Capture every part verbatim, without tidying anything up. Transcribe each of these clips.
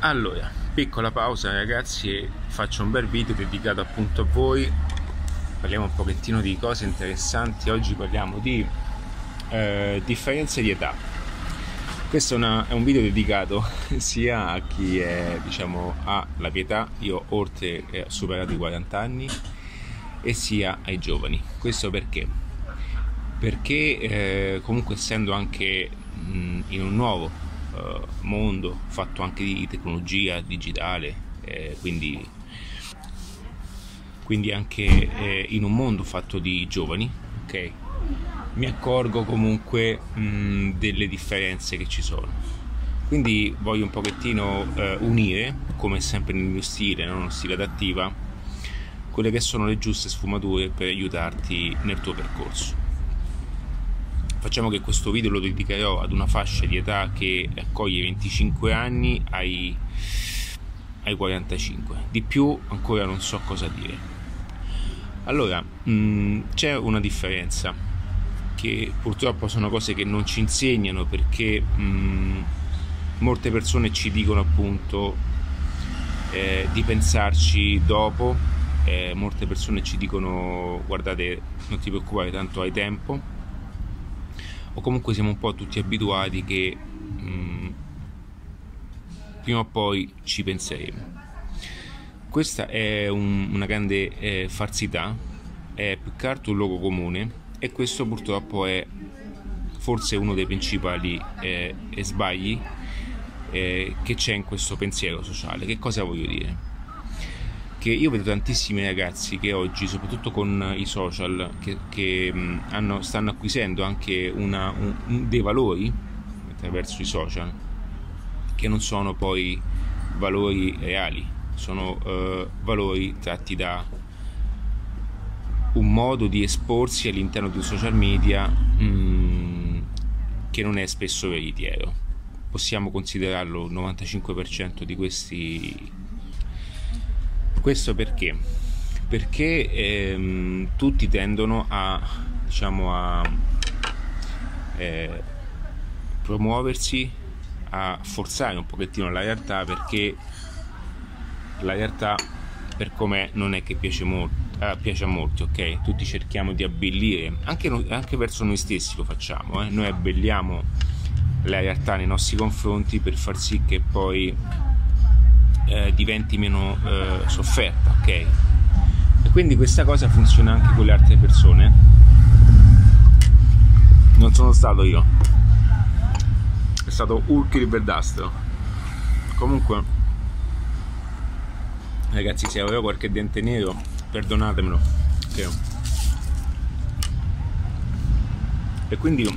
Allora, piccola pausa ragazzi e faccio un bel video dedicato appunto a voi. Parliamo un pochettino di cose interessanti. Oggi parliamo di eh, differenze di età. Questo è, una, è un video dedicato sia a chi è, diciamo, ha la mia età, io oltre eh, superato i quaranta anni, e sia ai giovani. Questo perché? Perché eh, comunque essendo anche mh, in un nuovo Uh, mondo fatto anche di tecnologia digitale, eh, quindi, quindi anche eh, in un mondo fatto di giovani, ok, mi accorgo comunque mh, delle differenze che ci sono. Quindi voglio un pochettino eh, unire, come sempre nel mio stile, no? Uno stile adattiva, quelle che sono le giuste sfumature per aiutarti nel tuo percorso. Facciamo che questo video lo dedicherò ad una fascia di età che accoglie venticinque anni ai, ai quarantacinque. Di più ancora non so cosa dire. Allora, mh, c'è una differenza che purtroppo sono cose che non ci insegnano, perché mh, molte persone ci dicono appunto eh, di pensarci dopo, eh, molte persone ci dicono guardate, non ti preoccupare, tanto hai tempo. O comunque siamo un po' tutti abituati che mh, prima o poi ci penseremo. Questa è un, una grande eh, falsità, è più che altro un luogo comune, e questo purtroppo è forse uno dei principali eh, sbagli eh, che c'è in questo pensiero sociale. Che cosa voglio dire? Che io vedo tantissimi ragazzi che oggi, soprattutto con i social, che, che mh, hanno, stanno acquisendo anche una, un, dei valori attraverso i social che non sono poi valori reali, sono uh, valori tratti da un modo di esporsi all'interno di un social media mh, che non è spesso veritiero. Possiamo considerarlo il novantacinque per cento di questi. Questo perché? Perché ehm, tutti tendono a, diciamo, a eh, promuoversi, a forzare un pochettino la realtà, perché la realtà per com'è non è che piace molto, eh, piace a molti, ok? Tutti cerchiamo di abbellire, anche, noi, anche verso noi stessi lo facciamo, eh? Noi abbelliamo la realtà nei nostri confronti per far sì che poi Eh, diventi meno eh, sofferta, ok? E quindi questa cosa funziona anche con le altre persone. Non sono stato io, è stato Hulk il verdastro. Comunque ragazzi, se avevo qualche dente nero perdonatemelo, okay? E quindi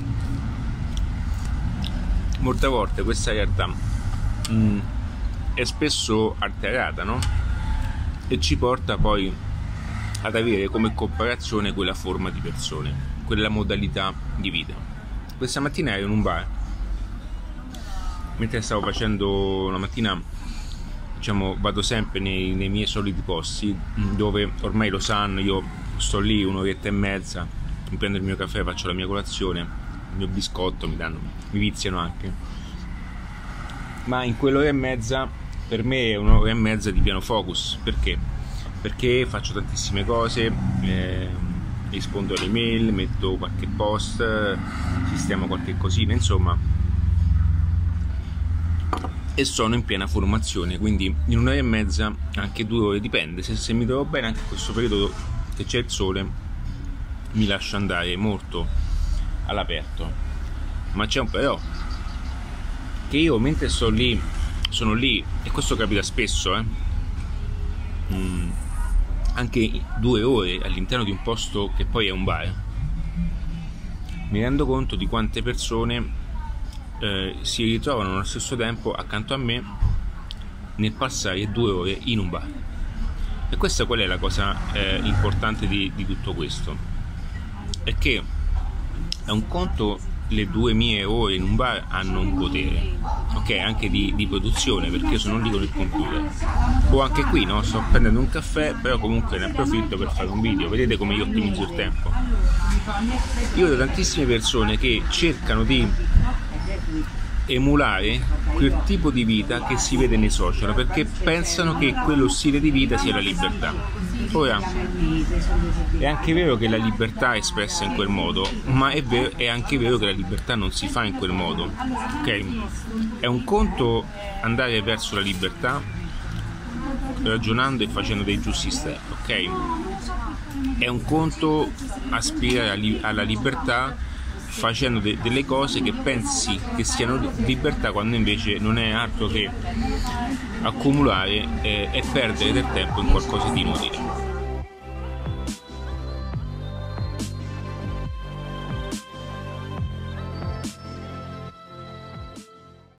molte volte questa realtà mh, è spesso alterata, no? E ci porta poi ad avere come comparazione quella forma di persone, quella modalità di vita. Questa mattina ero in un bar, mentre stavo facendo la mattina, diciamo, vado sempre nei, nei miei soliti posti dove ormai lo sanno, io sto lì un'oretta e mezza, mi prendo il mio caffè, faccio la mia colazione, il mio biscotto, mi danno, mi viziano anche. Ma in quell'ora e mezza per me è un'ora e mezza di pieno focus. Perché? Perché faccio tantissime cose, eh, rispondo alle mail, metto qualche post, sistemo qualche cosina, insomma, e sono in piena formazione. Quindi in un'ora e mezza, anche due ore, dipende, se, se mi trovo bene anche in questo periodo che c'è il sole, mi lascio andare molto all'aperto. Ma c'è un però, che io mentre sto lì, sono lì, e questo capita spesso, eh, mm, anche due ore all'interno di un posto che poi è un bar, mi rendo conto di quante persone eh, si ritrovano allo stesso tempo accanto a me nel passare due ore in un bar. E questa qual è la cosa eh, importante di, di tutto questo? È che è un conto, le due mie ore in un bar hanno un potere, ok, anche di, di produzione, perché io sono lì con il computer, o anche qui, no? Sto prendendo un caffè, però comunque ne approfitto per fare un video. Vedete come io ottimizzo il tempo. Io vedo tantissime persone che cercano di emulare quel tipo di vita che si vede nei social, perché pensano che quello stile di vita sia la libertà. Ora, è anche vero che la libertà è espressa in quel modo, ma è, vero, è anche vero che la libertà non si fa in quel modo, ok? È un conto andare verso la libertà ragionando e facendo dei giusti step, ok? È un conto aspirare alla libertà facendo de- delle cose che pensi che siano libertà, quando invece non è altro che accumulare eh, e perdere del tempo in qualcosa di inutile.